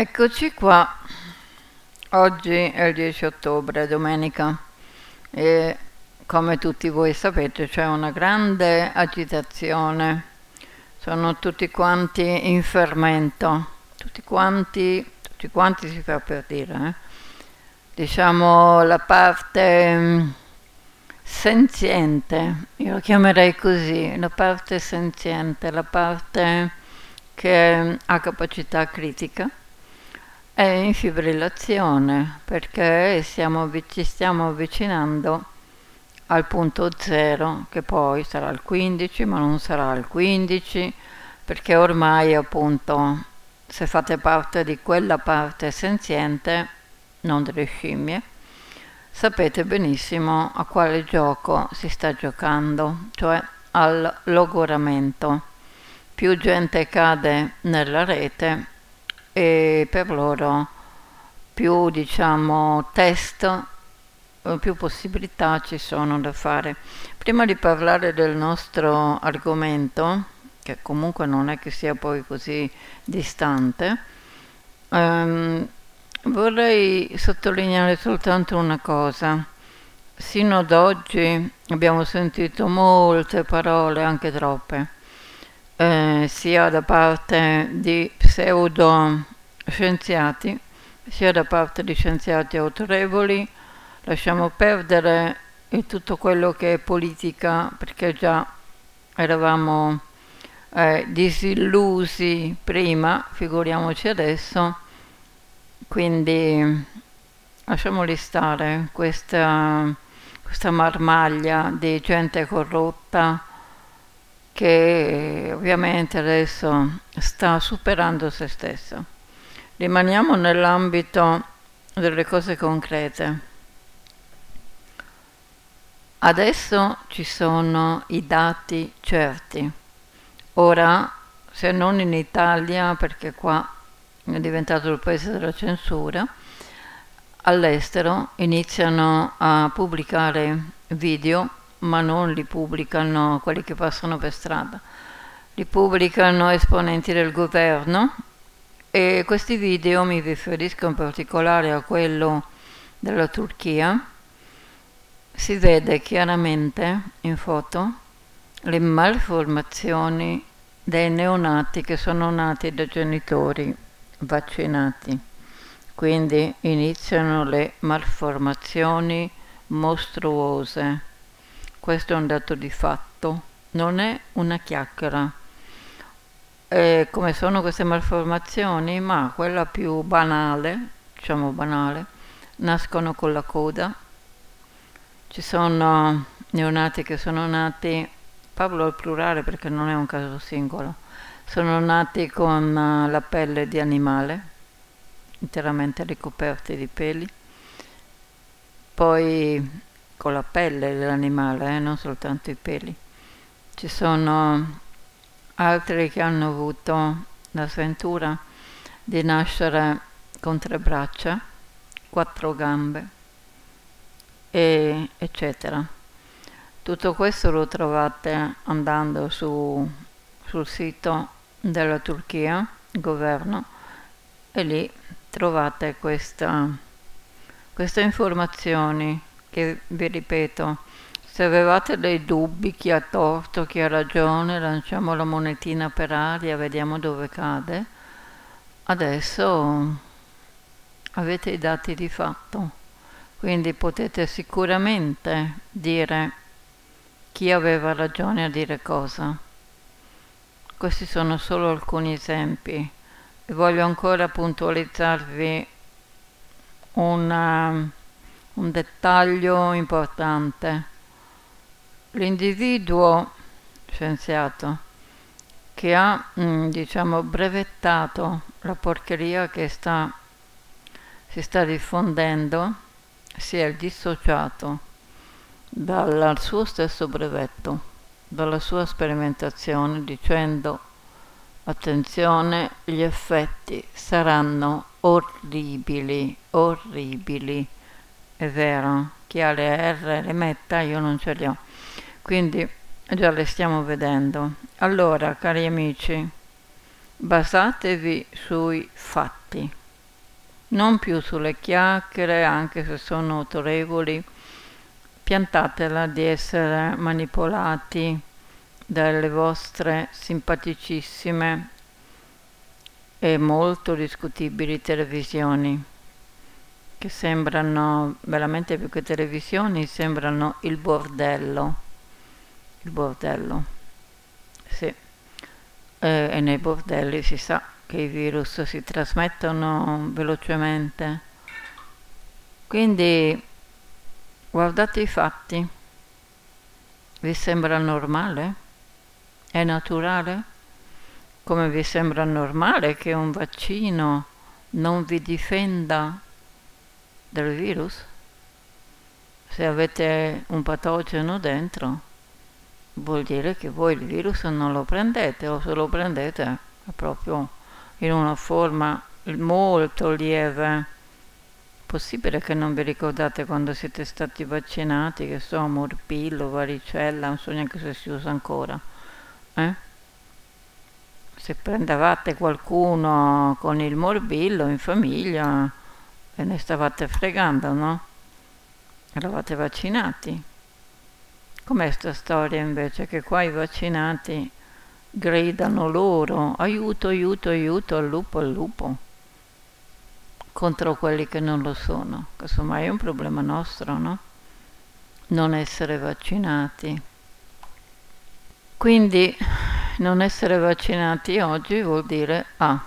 Eccoci qua, oggi è il 10 ottobre, domenica, e come tutti voi sapete c'è una grande agitazione, sono tutti quanti in fermento, tutti quanti si fa per dire, diciamo la parte senziente, io la chiamerei così, la parte senziente, la parte che ha capacità critica è in fibrillazione perché ci stiamo avvicinando al punto zero, che poi sarà il 15, ma non sarà il 15, perché ormai appunto se fate parte di quella parte senziente, non delle scimmie, sapete benissimo a quale gioco si sta giocando, cioè al logoramento. Più gente cade nella rete e per loro più diciamo test, più possibilità ci sono da fare. Prima di parlare del nostro argomento, che comunque non è che sia poi così distante, ehm, vorrei sottolineare soltanto una cosa. Sino ad oggi abbiamo sentito molte parole, anche troppe, sia da parte di pseudo scienziati, sia da parte di scienziati autorevoli. Lasciamo perdere tutto quello che è politica, perché già eravamo disillusi prima, figuriamoci adesso, quindi lasciamoli stare, questa marmaglia di gente corrotta che ovviamente adesso sta superando se stessa. Rimaniamo nell'ambito delle cose concrete. Adesso ci sono i dati certi. Ora, se non in Italia, perché qua è diventato il paese della censura, all'estero iniziano a pubblicare video, ma non li pubblicano quelli che passano per strada, li pubblicano esponenti del governo e questi video, mi riferisco in particolare a quello della Turchia, si vede chiaramente in foto le malformazioni dei neonati che sono nati da genitori vaccinati. Quindi iniziano le malformazioni mostruose. Questo è un dato di fatto, non è una chiacchiera. E come sono queste malformazioni? Ma quella più banale, diciamo banale, nascono con la coda. Ci sono neonati che sono nati, parlo al plurale perché non è un caso singolo, sono nati con la pelle di animale, interamente ricoperti di peli, poi con la pelle dell'animale, non soltanto i peli. Ci sono altri che hanno avuto la sventura di nascere con 3 braccia, 4 gambe, eccetera. Tutto questo lo trovate andando sul sito della Turchia, governo, e lì trovate queste informazioni che vi ripeto, se avevate dei dubbi chi ha torto, chi ha ragione, lanciamo la monetina per aria, vediamo dove cade. Adesso avete i dati di fatto, quindi potete sicuramente dire chi aveva ragione a dire cosa. Questi sono solo alcuni esempi e voglio ancora puntualizzarvi un dettaglio importante. L'individuo scienziato che ha, diciamo, brevettato la porcheria che si sta diffondendo si è dissociato dal suo stesso brevetto, dalla sua sperimentazione, dicendo attenzione, gli effetti saranno orribili, orribili. È vero, chi ha le R le metta, io non ce le ho. Quindi già le stiamo vedendo. Allora, cari amici, basatevi sui fatti. non più sulle chiacchiere, anche se sono autorevoli, piantatela di essere manipolati dalle vostre simpaticissime e molto discutibili televisioni, che sembrano veramente più che televisioni, sembrano il bordello. Il bordello, sì. E nei bordelli si sa che i virus si trasmettono velocemente. Quindi guardate i fatti. Vi sembra normale? È naturale? Come vi sembra normale che un vaccino non vi difenda dal virus? Se avete un patogeno dentro, vuol dire che voi il virus non lo prendete, o se lo prendete è proprio in una forma molto lieve. Possibile che non vi ricordate quando siete stati vaccinati, che so, morbillo, varicella, non so neanche se si usa ancora, eh? Se prendevate qualcuno con il morbillo in famiglia e ne stavate fregando, no? Eravate vaccinati. Com'è sta storia invece che qua i vaccinati gridano loro aiuto, aiuto, aiuto, al lupo, contro quelli che non lo sono? Casomai è un problema nostro, no? Non essere vaccinati. Quindi non essere vaccinati oggi vuol dire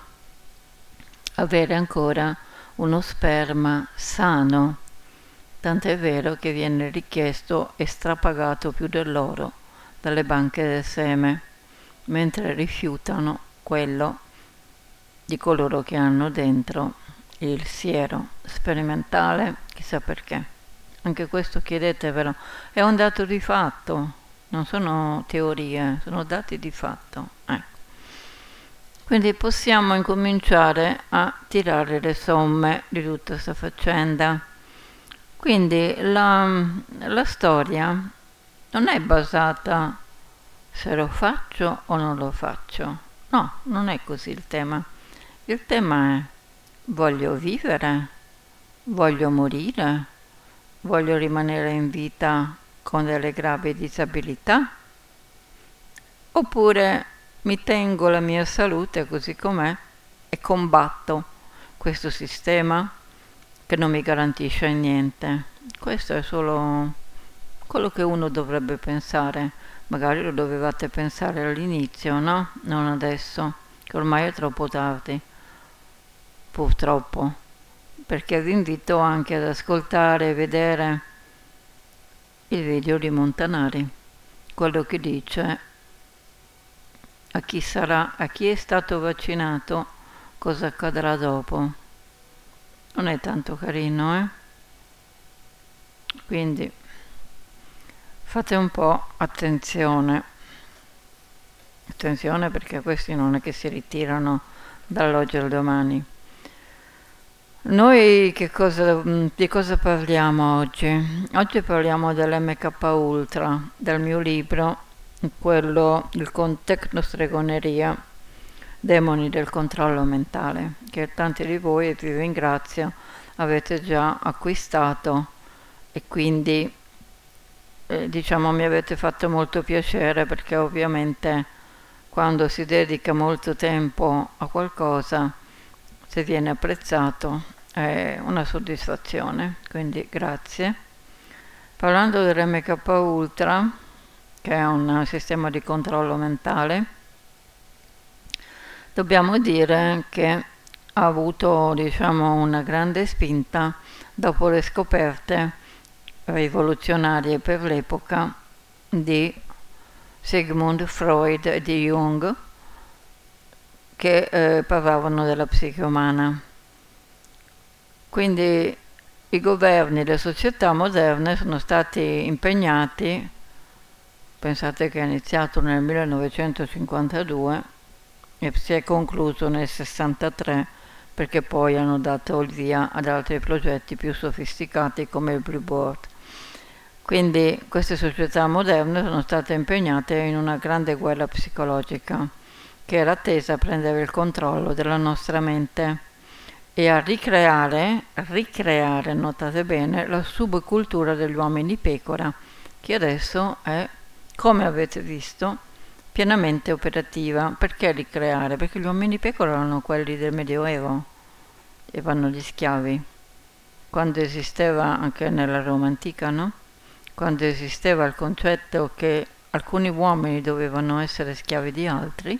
avere ancora uno sperma sano. Tant'è vero che viene richiesto e strapagato più dell'oro dalle banche del seme, mentre rifiutano quello di coloro che hanno dentro il siero sperimentale, chissà perché. Anche questo chiedetevelo, è un dato di fatto, non sono teorie, sono dati di fatto. Quindi possiamo incominciare a tirare le somme di tutta questa faccenda. Quindi la storia non è basata se lo faccio o non lo faccio. No, non è così il tema. Il tema è voglio vivere, voglio morire, voglio rimanere in vita con delle gravi disabilità, oppure mi tengo la mia salute così com'è e combatto questo sistema che non mi garantisce niente. Questo è solo quello che uno dovrebbe pensare. Magari lo dovevate pensare all'inizio, no? Non adesso, che ormai è troppo tardi, purtroppo, perché vi invito anche ad ascoltare e vedere il video di Montanari, quello che dice a chi è stato vaccinato, cosa accadrà dopo. Non è tanto carino, eh? Quindi fate un po' attenzione. Attenzione, perché questi non è che si ritirano dall'oggi al domani. Noi di cosa parliamo oggi? Oggi parliamo dell'MK Ultra, del mio libro, quello con Tecnostregoneria, Demoni del controllo mentale, che tanti di voi, e vi ringrazio, avete già acquistato, e quindi diciamo mi avete fatto molto piacere, perché ovviamente quando si dedica molto tempo a qualcosa, se viene apprezzato, è una soddisfazione, quindi grazie. Parlando dell'MK Ultra, che è un sistema di controllo mentale, dobbiamo dire che ha avuto, diciamo, una grande spinta dopo le scoperte rivoluzionarie per l'epoca di Sigmund Freud e di Jung, che parlavano della psiche umana. Quindi i governi, le società moderne sono stati impegnati, pensate che è iniziato nel 1952 e si è concluso nel 63, perché poi hanno dato il via ad altri progetti più sofisticati come il Blue Board. Quindi queste società moderne sono state impegnate in una grande guerra psicologica che era tesa a prendere il controllo della nostra mente e a ricreare, notate bene, la subcultura degli uomini pecora, che adesso è, come avete visto, pienamente operativa. Perché ricreare? Perché gli uomini pecora erano quelli del Medioevo, erano gli schiavi, quando esisteva anche nella Roma antica, no? Quando esisteva il concetto che alcuni uomini dovevano essere schiavi di altri,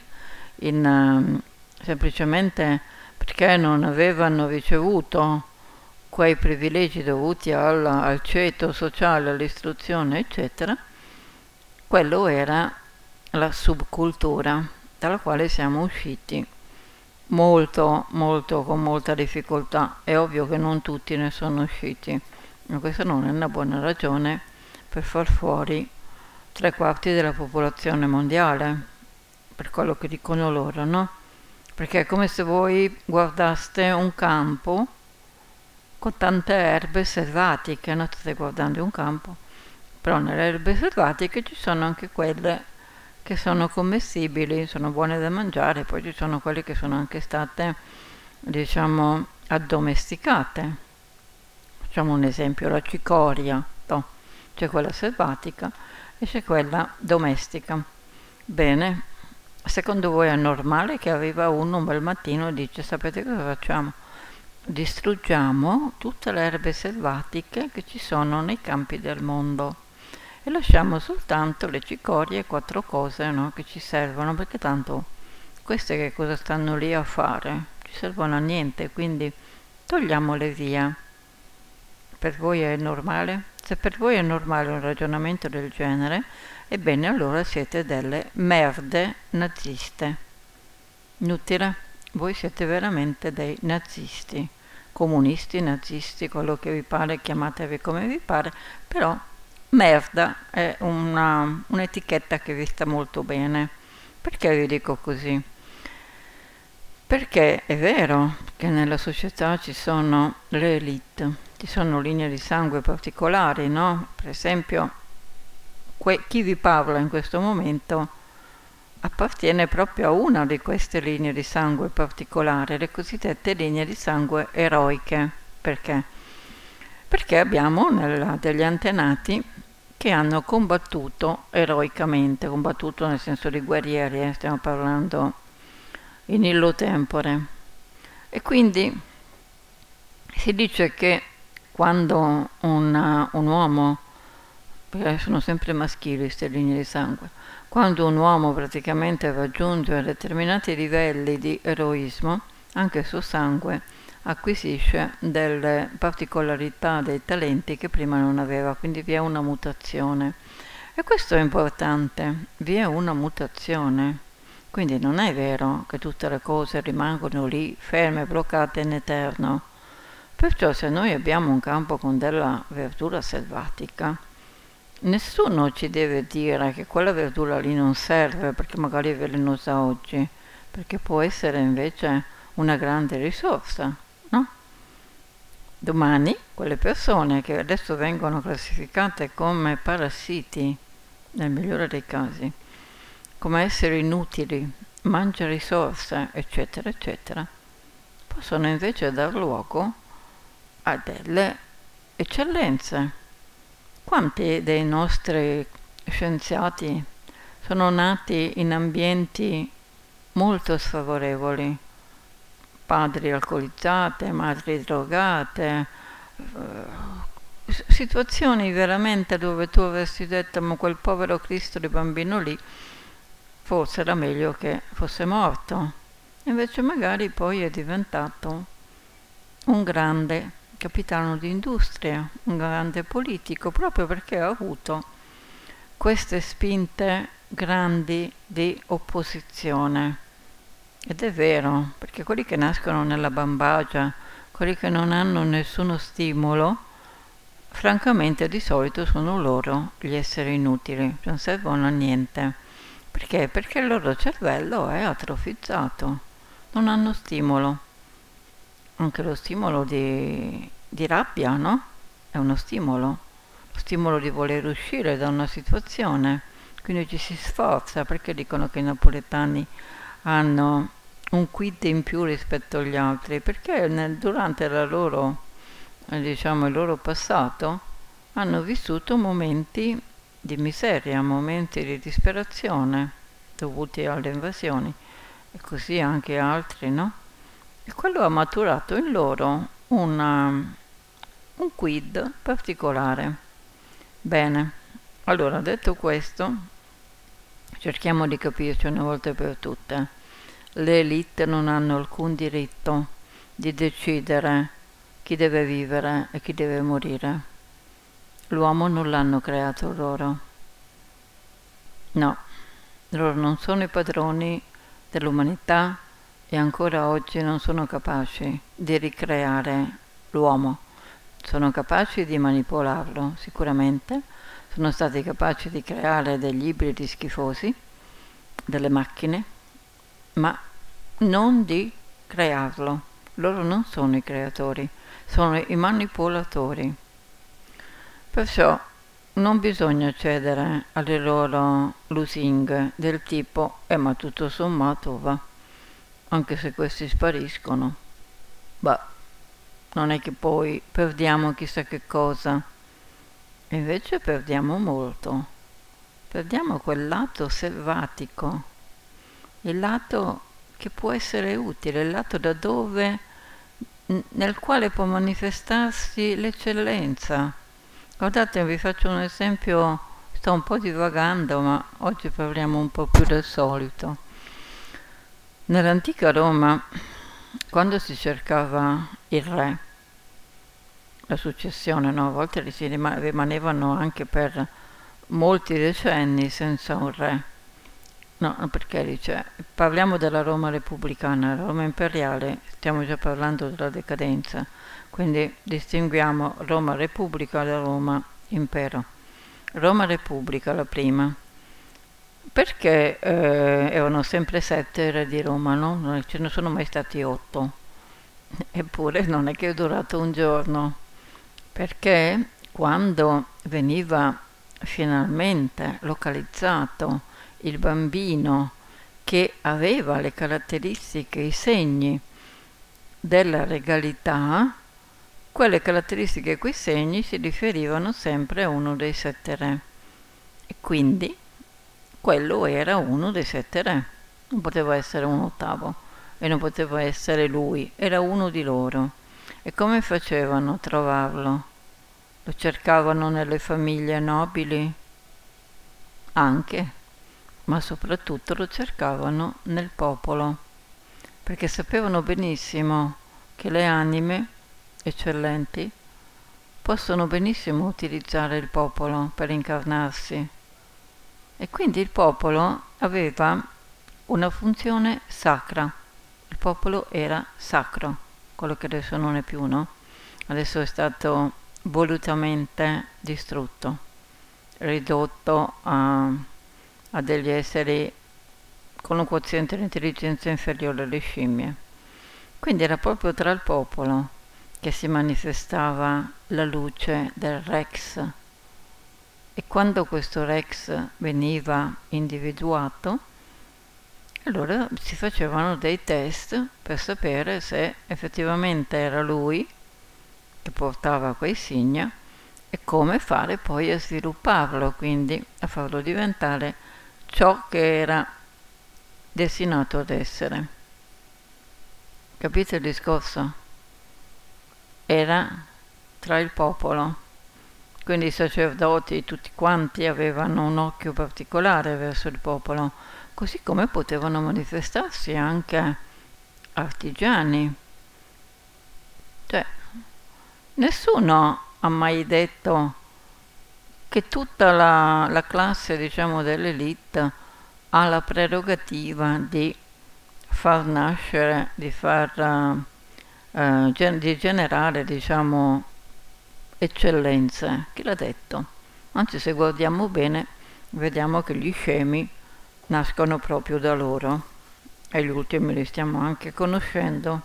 semplicemente perché non avevano ricevuto quei privilegi dovuti al ceto sociale, all'istruzione, eccetera, quello era la subcultura dalla quale siamo usciti molto, molto, con molta difficoltà. È ovvio che non tutti ne sono usciti, ma questa non è una buona ragione per far fuori 3/4 della popolazione mondiale, per quello che dicono loro, no? Perché è come se voi guardaste un campo con tante erbe selvatiche, no? State guardando un campo, però nelle erbe selvatiche ci sono anche quelle che sono commestibili, sono buone da mangiare, poi ci sono quelle che sono anche state, diciamo, addomesticate. Facciamo un esempio, la cicoria, no? C'è quella selvatica e c'è quella domestica. Bene, secondo voi è normale che arriva uno un bel mattino e dice: sapete cosa facciamo? Distruggiamo tutte le erbe selvatiche che ci sono nei campi del mondo e lasciamo soltanto le cicorie e 4 cose, no, che ci servono, perché tanto queste che cosa stanno lì a fare? Ci servono a niente, quindi togliamole via. Per voi è normale? Se per voi è normale un ragionamento del genere, ebbene allora siete delle merde naziste. Inutile, voi siete veramente dei nazisti, comunisti, nazisti, quello che vi pare, chiamatevi come vi pare, però merda è un'etichetta che vi sta molto bene. Perché vi dico così? Perché è vero che nella società ci sono le elite, ci sono linee di sangue particolari, no? Per esempio, chi vi parla in questo momento appartiene proprio a una di queste linee di sangue particolari, le cosiddette linee di sangue eroiche. Perché? Perché abbiamo degli antenati che hanno combattuto eroicamente, combattuto nel senso di guerrieri, stiamo parlando in illo tempore. E quindi si dice che quando un uomo, perché sono sempre maschili queste linee di sangue, quando un uomo praticamente raggiunge determinati livelli di eroismo, anche il suo sangue acquisisce delle particolarità, dei talenti che prima non aveva, quindi vi è una mutazione. E questo è importante, vi è una mutazione. Quindi non è vero che tutte le cose rimangono lì ferme, bloccate in eterno. Perciò se noi abbiamo un campo con della verdura selvatica, nessuno ci deve dire che quella verdura lì non serve perché magari è velenosa oggi, perché può essere invece una grande risorsa, no? Domani quelle persone che adesso vengono classificate come parassiti, nel migliore dei casi, come esseri inutili, mangia risorse, eccetera, eccetera, possono invece dar luogo a delle eccellenze. Quanti dei nostri scienziati sono nati in ambienti molto sfavorevoli? Padri alcolizzate, madri drogate, situazioni veramente dove tu avresti detto: ma quel povero Cristo di bambino lì forse era meglio che fosse morto. Invece magari poi è diventato un grande capitano di industria, un grande politico, proprio perché ha avuto queste spinte grandi di opposizione. Ed è vero, perché quelli che nascono nella bambagia, quelli che non hanno nessuno stimolo, francamente di solito sono loro gli esseri inutili, non servono a niente. Perché? Perché il loro cervello è atrofizzato, non hanno stimolo. Anche lo stimolo di rabbia, no? È uno stimolo. Lo stimolo di voler uscire da una situazione. Quindi ci si sforza, perché dicono che i napoletani hanno un quid in più rispetto agli altri, perché durante la loro, diciamo, il loro passato hanno vissuto momenti di miseria, momenti di disperazione dovuti alle invasioni e così anche altri, no? E quello ha maturato in loro un quid particolare. Bene, allora detto questo, cerchiamo di capirci una volta per tutte. Le élite non hanno alcun diritto di decidere chi deve vivere e chi deve morire. L'uomo non l'hanno creato loro. No, loro non sono i padroni dell'umanità e ancora oggi non sono capaci di ricreare l'uomo. Sono capaci di manipolarlo, sicuramente. Sono stati capaci di creare degli ibridi schifosi, delle macchine, ma non di crearlo. Loro non sono i creatori, sono i manipolatori. Perciò non bisogna cedere alle loro lusinghe del tipo ma tutto sommato va, anche se questi spariscono. Beh, non è che poi perdiamo chissà che cosa, e invece perdiamo molto. Perdiamo quel lato selvatico, il lato che può essere utile, il lato da dove, nel quale può manifestarsi l'eccellenza. Guardate, vi faccio un esempio, sto un po' divagando, ma oggi parliamo un po' più del solito. Nell'antica Roma, quando si cercava il re, la successione, no? A volte si rimanevano anche per molti decenni senza un re. No, perché dice, parliamo della Roma repubblicana, la Roma imperiale, stiamo già parlando della decadenza, quindi distinguiamo Roma Repubblica da Roma Impero. Roma Repubblica, la prima, perché erano sempre 7 re di Roma, no? Non ce ne sono mai stati 8, eppure non è che è durato un giorno, perché quando veniva finalmente localizzato il bambino che aveva le caratteristiche, i segni della regalità, quelle caratteristiche e quei segni si riferivano sempre a uno dei 7 re. E quindi quello era uno dei 7 re. Non poteva essere un ottavo e non poteva essere lui, era uno di loro. E come facevano a trovarlo? Lo cercavano nelle famiglie nobili? Anche, ma soprattutto lo cercavano nel popolo, perché sapevano benissimo che le anime eccellenti possono benissimo utilizzare il popolo per incarnarsi. E quindi il popolo aveva una funzione sacra. Il popolo era sacro, quello che adesso non è più, no? Adesso è stato volutamente distrutto, ridotto a degli esseri con un quoziente di intelligenza inferiore alle scimmie. Quindi era proprio tra il popolo che si manifestava la luce del Rex. E quando questo Rex veniva individuato, allora si facevano dei test per sapere se effettivamente era lui che portava quei segni e come fare poi a svilupparlo, quindi a farlo diventare ciò che era destinato ad essere. Capite il discorso? Era tra il popolo, quindi i sacerdoti tutti quanti avevano un occhio particolare verso il popolo, così come potevano manifestarsi anche artigiani. Cioè, nessuno ha mai detto che tutta la classe, diciamo, dell'elite ha la prerogativa di far nascere, di generare, diciamo, eccellenze. Chi l'ha detto? Anzi, se guardiamo bene, vediamo che gli scemi nascono proprio da loro e gli ultimi li stiamo anche conoscendo.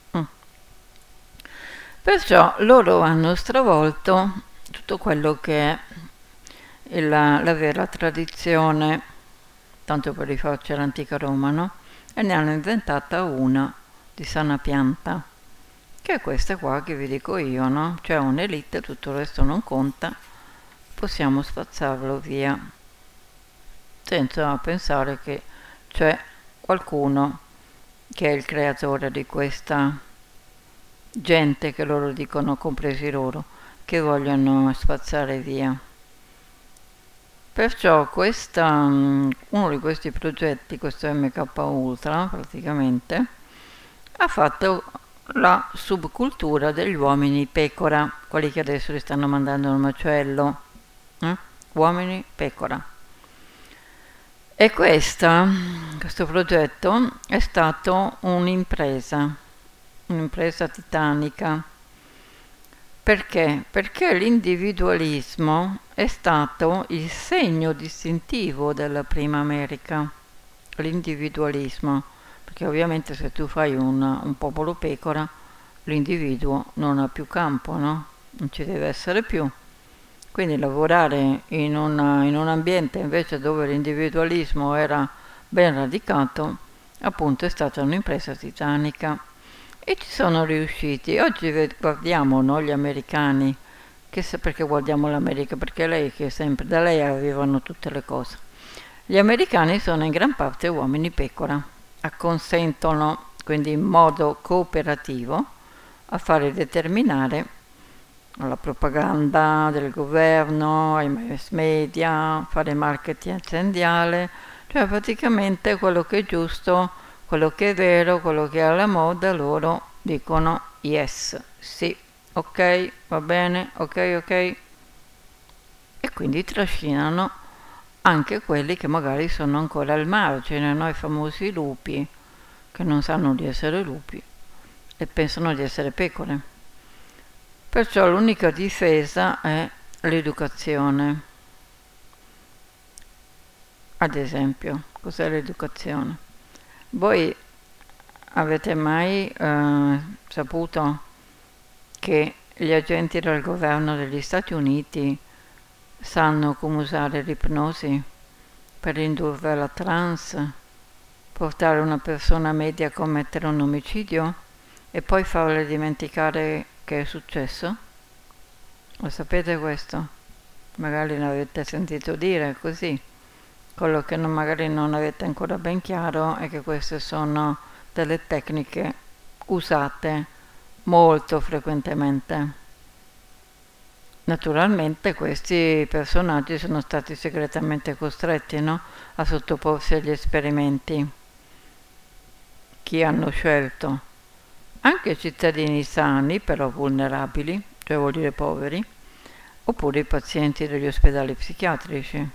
Perciò loro hanno stravolto tutto quello che è la vera tradizione, tanto per rifarci all'antica Roma, no? e ne hanno inventata una di sana pianta, che è questa qua che vi dico io, no? C'è un'elite, tutto il resto non conta, possiamo spazzarlo via, senza pensare che c'è qualcuno che è il creatore di questa gente che loro dicono, compresi loro, che vogliono spazzare via. Perciò uno di questi progetti, questo MK Ultra praticamente, ha fatto la subcultura degli uomini pecora, quelli che adesso li stanno mandando al macello, uomini pecora. E questo progetto è stato un'impresa titanica. Perché? Perché l'individualismo è stato il segno distintivo della prima America. L'individualismo. Perché ovviamente se tu fai un popolo pecora, l'individuo non ha più campo, no? Non ci deve essere più. Quindi lavorare in un ambiente invece dove l'individualismo era ben radicato, appunto è stata un'impresa titanica. E ci sono riusciti. Oggi guardiamo, no, gli americani, perché guardiamo l'America? Perché lei che sempre da lei avevano tutte le cose. Gli americani sono in gran parte uomini pecora, acconsentono quindi in modo cooperativo a fare determinare alla propaganda del governo, ai mass media, fare marketing aziendale, cioè praticamente quello che è giusto, quello che è vero, quello che è alla moda, loro dicono yes, sì, ok, va bene, ok, ok. E quindi trascinano anche quelli che magari sono ancora al margine, no? I famosi lupi, che non sanno di essere lupi e pensano di essere pecore. Perciò l'unica difesa è l'educazione. Ad esempio, cos'è l'educazione? Voi avete mai saputo che gli agenti del governo degli Stati Uniti sanno come usare l'ipnosi per indurre alla trance, portare una persona media a commettere un omicidio e poi farle dimenticare che è successo? Lo sapete questo? Magari ne avete sentito dire così. Quello che magari non avete ancora ben chiaro è che queste sono delle tecniche usate molto frequentemente. Naturalmente questi personaggi sono stati segretamente costretti, no, a sottoporsi agli esperimenti. Chi hanno scelto? Anche cittadini sani, però vulnerabili, cioè vuol dire poveri, oppure i pazienti degli ospedali psichiatrici.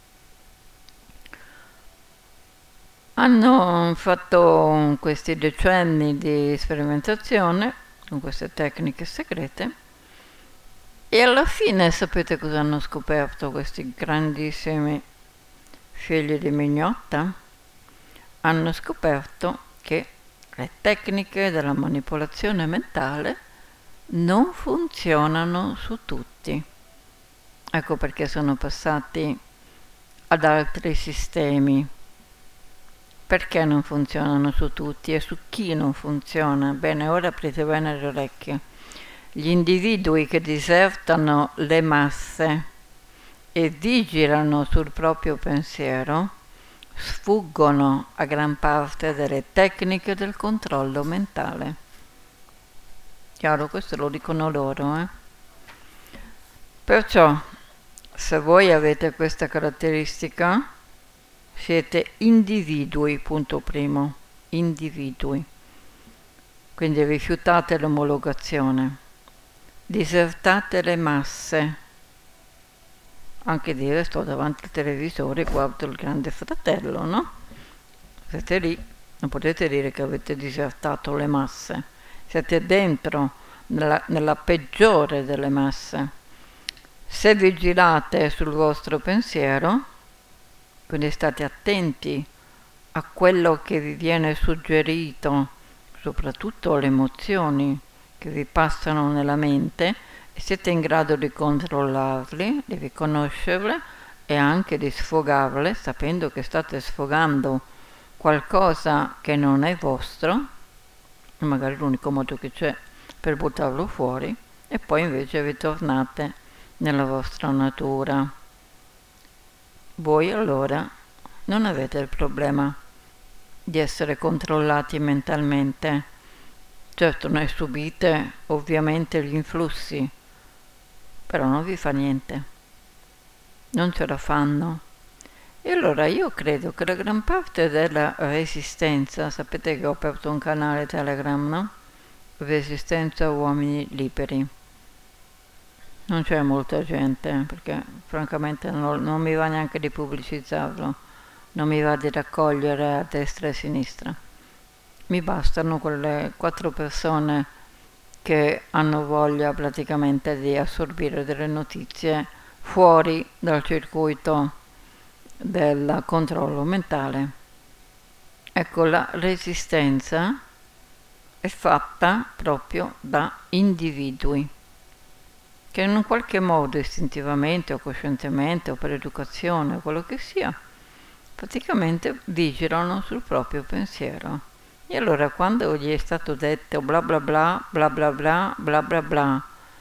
Hanno fatto questi decenni di sperimentazione con queste tecniche segrete e alla fine sapete cosa hanno scoperto questi grandissimi figli di mignotta? Hanno scoperto che le tecniche della manipolazione mentale non funzionano su tutti. Ecco perché sono passati ad altri sistemi. Perché non funzionano su tutti e su chi non funziona? Bene, ora aprite bene le orecchie. Gli individui che disertano le masse e vigilano sul proprio pensiero sfuggono a gran parte delle tecniche del controllo mentale. Chiaro, questo lo dicono loro, eh? Perciò, se voi avete questa caratteristica, siete individui, punto primo, individui. Quindi rifiutate l'omologazione, disertate le masse. Anche dire sto davanti al televisore e guardo il Grande Fratello, no? Siete lì, non potete dire che avete disertato le masse. Siete dentro, nella peggiore delle masse. Se vigilate sul vostro pensiero, quindi state attenti a quello che vi viene suggerito, soprattutto alle emozioni che vi passano nella mente, e siete in grado di controllarli, di riconoscerle e anche di sfogarle, sapendo che state sfogando qualcosa che non è vostro, magari l'unico modo che c'è per buttarlo fuori, e poi invece ritornate nella vostra natura. Voi allora non avete il problema di essere controllati mentalmente. Certo, ne subite ovviamente gli influssi, però non vi fa niente, non ce la fanno. E allora io credo che la gran parte della resistenza, sapete che ho aperto un canale Telegram, no? Resistenza Uomini Liberi. Non c'è molta gente, perché francamente non mi va neanche di pubblicizzarlo, non mi va di raccogliere a destra e a sinistra. Mi bastano quelle 4 persone che hanno voglia praticamente di assorbire delle notizie fuori dal circuito del controllo mentale. Ecco, la resistenza è fatta proprio da individui che in un qualche modo, istintivamente o coscientemente o per educazione o quello che sia, praticamente vigilano sul proprio pensiero. E allora quando gli è stato detto bla bla bla, bla bla bla, bla bla bla,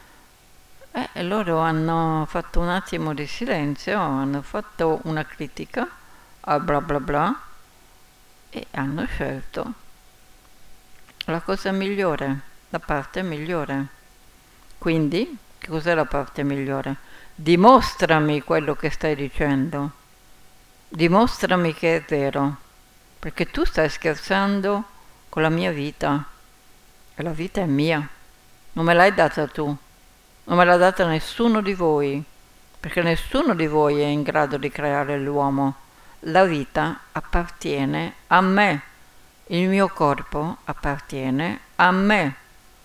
loro hanno fatto un attimo di silenzio, hanno fatto una critica al bla bla bla e hanno scelto la cosa migliore, la parte migliore. Quindi, che cos'è la parte migliore? Dimostrami quello che stai dicendo, dimostrami che è vero, perché tu stai scherzando con la mia vita e la vita è mia, non me l'hai data tu, non me l'ha data nessuno di voi, perché nessuno di voi è in grado di creare l'uomo. La vita appartiene a me, il mio corpo appartiene a me,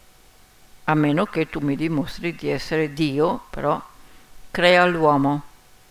a meno che tu mi dimostri di essere Dio, però crea l'uomo.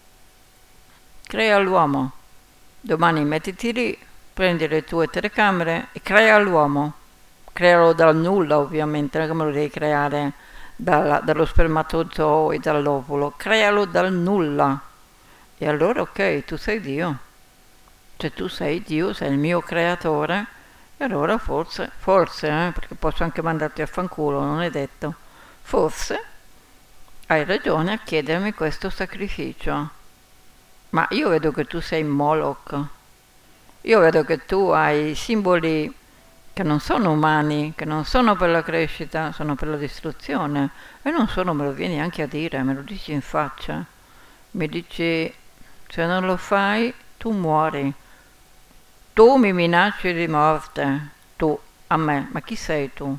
Crea l'uomo. Domani mettiti lì, prendi le tue telecamere e crea l'uomo. Crealo dal nulla, ovviamente, non è che me lo devi creare dallo spermatozoo e dall'ovulo. Crealo dal nulla. E allora, ok, tu sei Dio. Se tu sei Dio, sei il mio creatore, e allora forse, perché posso anche mandarti a fanculo, non è detto, forse hai ragione a chiedermi questo sacrificio. Ma io vedo che tu sei Moloch, io vedo che tu hai simboli che non sono umani, che non sono per la crescita, sono per la distruzione, e non solo me lo vieni anche a dire, me lo dici in faccia, mi dici se non lo fai tu muori. Tu mi minacci di morte, tu, a me, ma chi sei tu?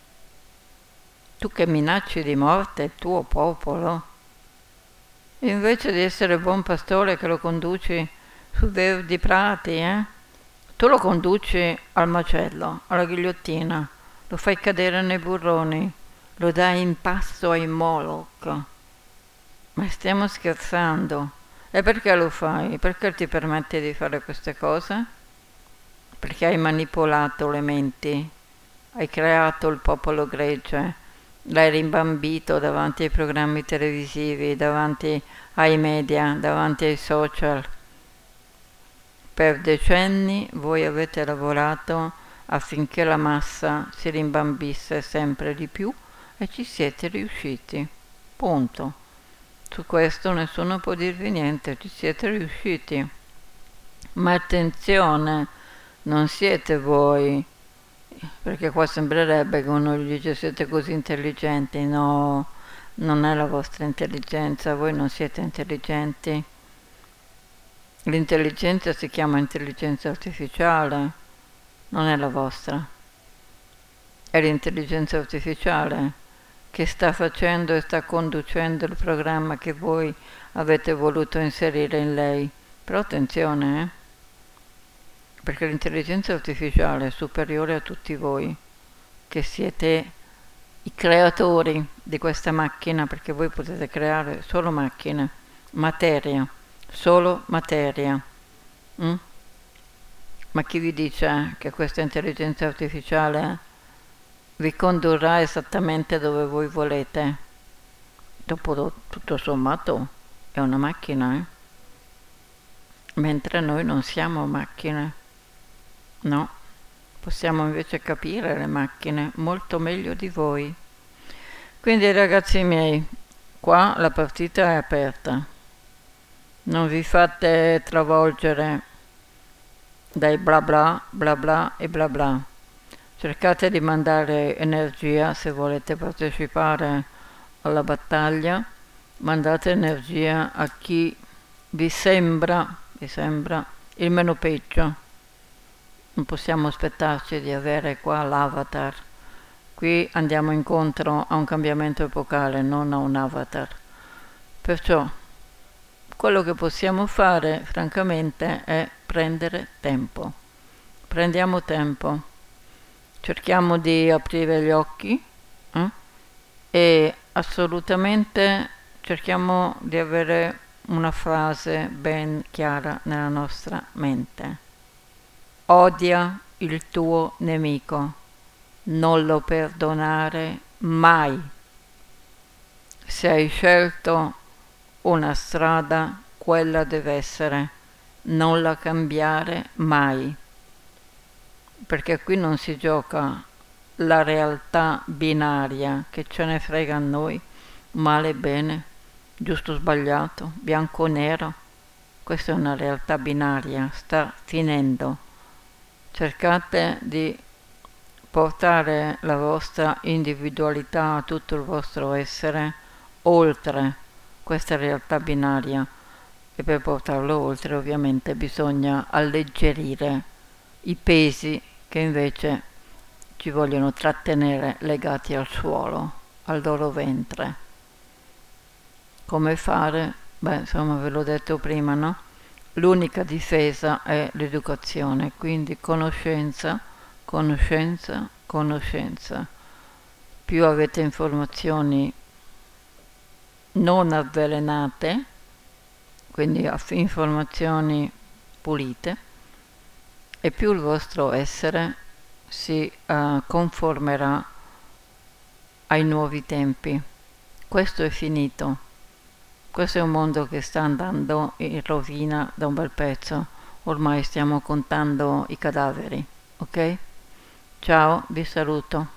Tu che minacci di morte il tuo popolo? Invece di essere buon pastore che lo conduci su verdi prati, tu lo conduci al macello, alla ghigliottina, lo fai cadere nei burroni, lo dai in pasto ai Moloch. Ma stiamo scherzando? E perché lo fai? Perché ti permetti di fare queste cose? Perché hai manipolato le menti, hai creato il popolo gregge, l'hai rimbambito davanti ai programmi televisivi, davanti ai media, davanti ai social. Per decenni voi avete lavorato affinché la massa si rimbambisse sempre di più e ci siete riusciti. Punto. Su questo nessuno può dirvi niente, ci siete riusciti. Ma attenzione, non siete voi, perché qua sembrerebbe che uno gli dice siete così intelligenti. No, non è la vostra intelligenza, voi non siete intelligenti. L'intelligenza si chiama intelligenza artificiale, non è la vostra. È l'intelligenza artificiale che sta facendo e sta conducendo il programma che voi avete voluto inserire in lei. Però attenzione, perché l'intelligenza artificiale è superiore a tutti voi, che siete i creatori di questa macchina, perché voi potete creare solo macchine, materia, solo materia. Mm? Ma chi vi dice che questa intelligenza artificiale vi condurrà esattamente dove voi volete? Dopo tutto sommato è una macchina, mentre noi non siamo macchine. No, possiamo invece capire le macchine molto meglio di voi. Quindi ragazzi miei, qua la partita è aperta. Non vi fate travolgere dai bla bla, bla bla e bla bla. Cercate di mandare energia se volete partecipare alla battaglia, mandate energia a chi vi sembra il meno peggio. Non possiamo aspettarci di avere qua l'avatar. Qui andiamo incontro a un cambiamento epocale, non a un avatar. Perciò quello che possiamo fare, francamente, è prendere tempo. Prendiamo tempo, cerchiamo di aprire gli occhi e assolutamente cerchiamo di avere una frase ben chiara nella nostra mente. Odia il tuo nemico, non lo perdonare mai. Se hai scelto una strada, quella deve essere, non la cambiare mai, perché qui non si gioca la realtà binaria, che ce ne frega a noi, male e bene, giusto o sbagliato, bianco o nero. Questa è una realtà binaria, sta finendo. Cercate di portare la vostra individualità, tutto il vostro essere, oltre questa realtà binaria, e per portarlo oltre ovviamente bisogna alleggerire i pesi che invece ci vogliono trattenere legati al suolo, al loro ventre. Come fare? Beh, insomma, ve l'ho detto prima, no? L'unica difesa è l'educazione, quindi conoscenza, conoscenza, conoscenza. Più avete informazioni non avvelenate, quindi informazioni pulite, e più il vostro essere si conformerà ai nuovi tempi. Questo è finito. Questo è un mondo che sta andando in rovina da un bel pezzo. Ormai stiamo contando i cadaveri, ok? Ciao, vi saluto.